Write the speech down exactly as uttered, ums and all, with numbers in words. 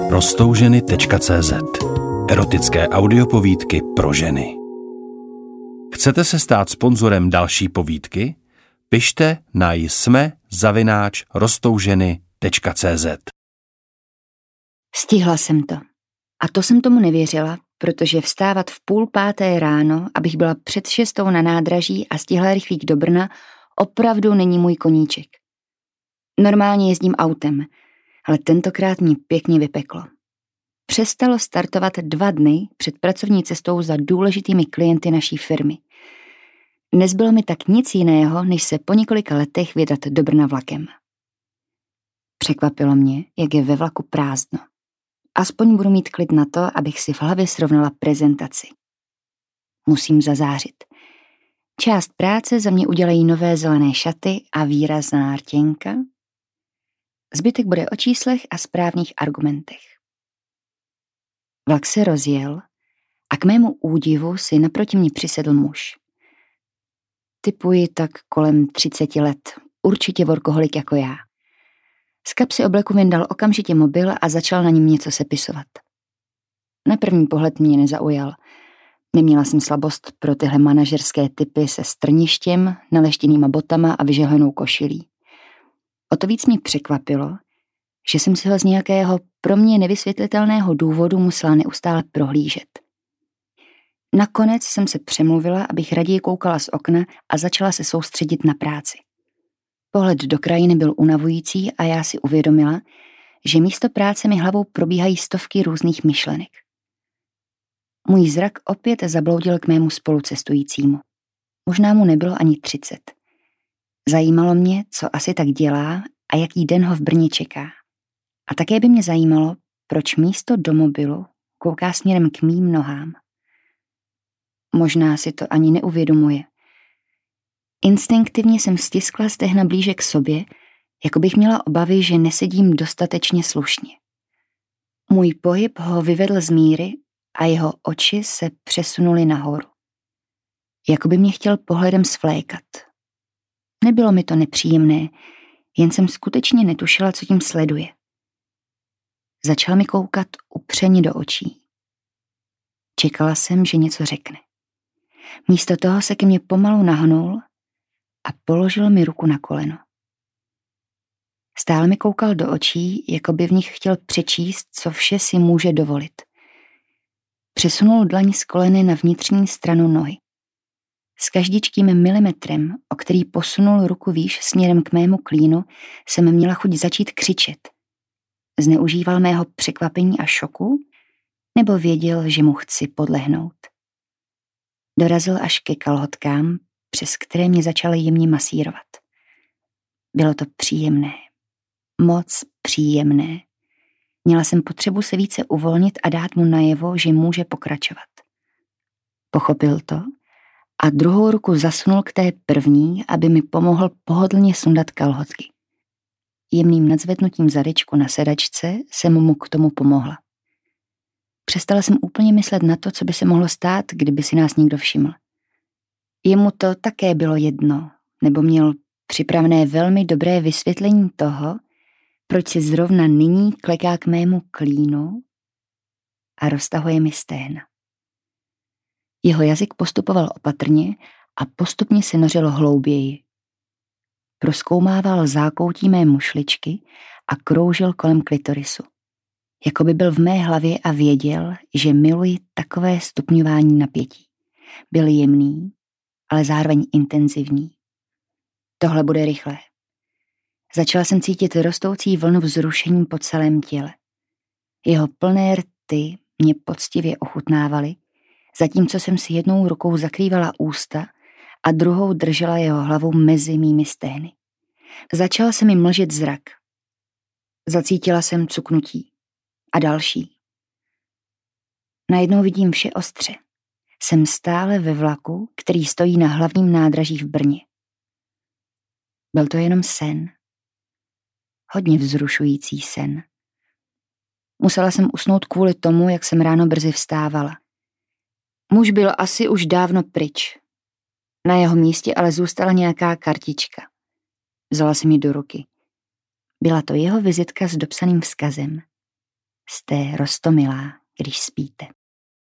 rostouženy tečka cé zet. Erotické audiopovídky pro ženy. Chcete se stát sponzorem další povídky? Pište na jsme zavináč rostouženy tečka cé zet. Stihla jsem to. A to jsem tomu nevěřila, protože vstávat v půl páté ráno, abych byla před šestou na nádraží a stihla rychlík do Brna, opravdu není můj koníček. Normálně jezdím autem, ale tentokrát mě pěkně vypeklo. Přestalo startovat dva dny před pracovní cestou za důležitými klienty naší firmy. Nezbylo mi tak nic jiného, než se po několika letech vydat do Brna vlakem. Překvapilo mě, jak je ve vlaku prázdno. Aspoň budu mít klid na to, abych si v hlavě srovnala prezentaci. Musím zazářit. Část práce za mě udělají nové zelené šaty a výrazná rtěnka. Zbytek bude o číslech a správných argumentech. Vlak se rozjel a k mému údivu si naproti mě přisedl muž. Typuji tak kolem třiceti let, určitě workoholik jako já. Z kapsy obleku vyndal okamžitě mobil a začal na něm něco sepisovat. Na první pohled mě nezaujal. Neměla jsem slabost pro tyhle manažerské typy se strništěm, naleštěnýma botama a vyžehlenou košilí. O to víc mě překvapilo, že jsem si ho z nějakého pro mě nevysvětlitelného důvodu musela neustále prohlížet. Nakonec jsem se přemluvila, abych raději koukala z okna a začala se soustředit na práci. Pohled do krajiny byl unavující a já si uvědomila, že místo práce mi hlavou probíhají stovky různých myšlenek. Můj zrak opět zabloudil k mému spolucestujícímu. Možná mu nebylo ani třicet. Zajímalo mě, co asi tak dělá a jaký den ho v Brně čeká. A také by mě zajímalo, proč místo do mobilu kouká směrem k mým nohám. Možná si to ani neuvědomuje. Instinktivně jsem stiskla stehna blíže k sobě, jako bych měla obavy, že nesedím dostatečně slušně. Můj pohyb ho vyvedl z míry a jeho oči se přesunuly nahoru. Jako by mě chtěl pohledem svlékat. Nebylo mi to nepříjemné, jen jsem skutečně netušila, co tím sleduje. Začal mi koukat upřeně do očí. Čekala jsem, že něco řekne. Místo toho se ke mně pomalu nahnul a položil mi ruku na koleno. Stále mi koukal do očí, jako by v nich chtěl přečíst, co vše si může dovolit. Přesunul dlaň z koleny na vnitřní stranu nohy. S každičkým milimetrem, o který posunul ruku výš směrem k mému klínu, jsem měla chuť začít křičet. Zneužíval mého překvapení a šoku, nebo věděl, že mu chci podlehnout. Dorazil až ke kalhotkám, přes které mě začaly jemně masírovat. Bylo to příjemné. Moc příjemné. Měla jsem potřebu se více uvolnit a dát mu najevo, že může pokračovat. Pochopil to a druhou ruku zasunul k té první, aby mi pomohl pohodlně sundat kalhotky. Jemným nadzvednutím zadečku na sedačce jsem mu k tomu pomohla. Přestala jsem úplně myslet na to, co by se mohlo stát, kdyby si nás někdo všiml. Jemu to také bylo jedno, nebo měl připravené velmi dobré vysvětlení toho, proč se zrovna nyní kleká k mému klínu a roztahuje mi stehna. Jeho jazyk postupoval opatrně a postupně se nořil hlouběji. Prozkoumával zákoutí mé mušličky a kroužil kolem klitorisu. Jako by byl v mé hlavě a věděl, že miluji takové stupňování napětí. Byl jemný, ale zároveň intenzivní. Tohle bude rychlé. Začala jsem cítit rostoucí vlnu vzrušení po celém těle. Jeho plné rty mě poctivě ochutnávaly, zatímco jsem si jednou rukou zakrývala ústa a druhou držela jeho hlavu mezi mými stehny. Začala se mi mlžit zrak. Zacítila jsem cuknutí. A další. Najednou vidím vše ostře. Jsem stále ve vlaku, který stojí na hlavním nádraží v Brně. Byl to jenom sen. Hodně vzrušující sen. Musela jsem usnout kvůli tomu, jak jsem ráno brzy vstávala. Muž byl asi už dávno pryč. Na jeho místě ale zůstala nějaká kartička. Vzala jsem ji do ruky. Byla to jeho vizitka s dopsaným vzkazem. Jste roztomilá, když spíte.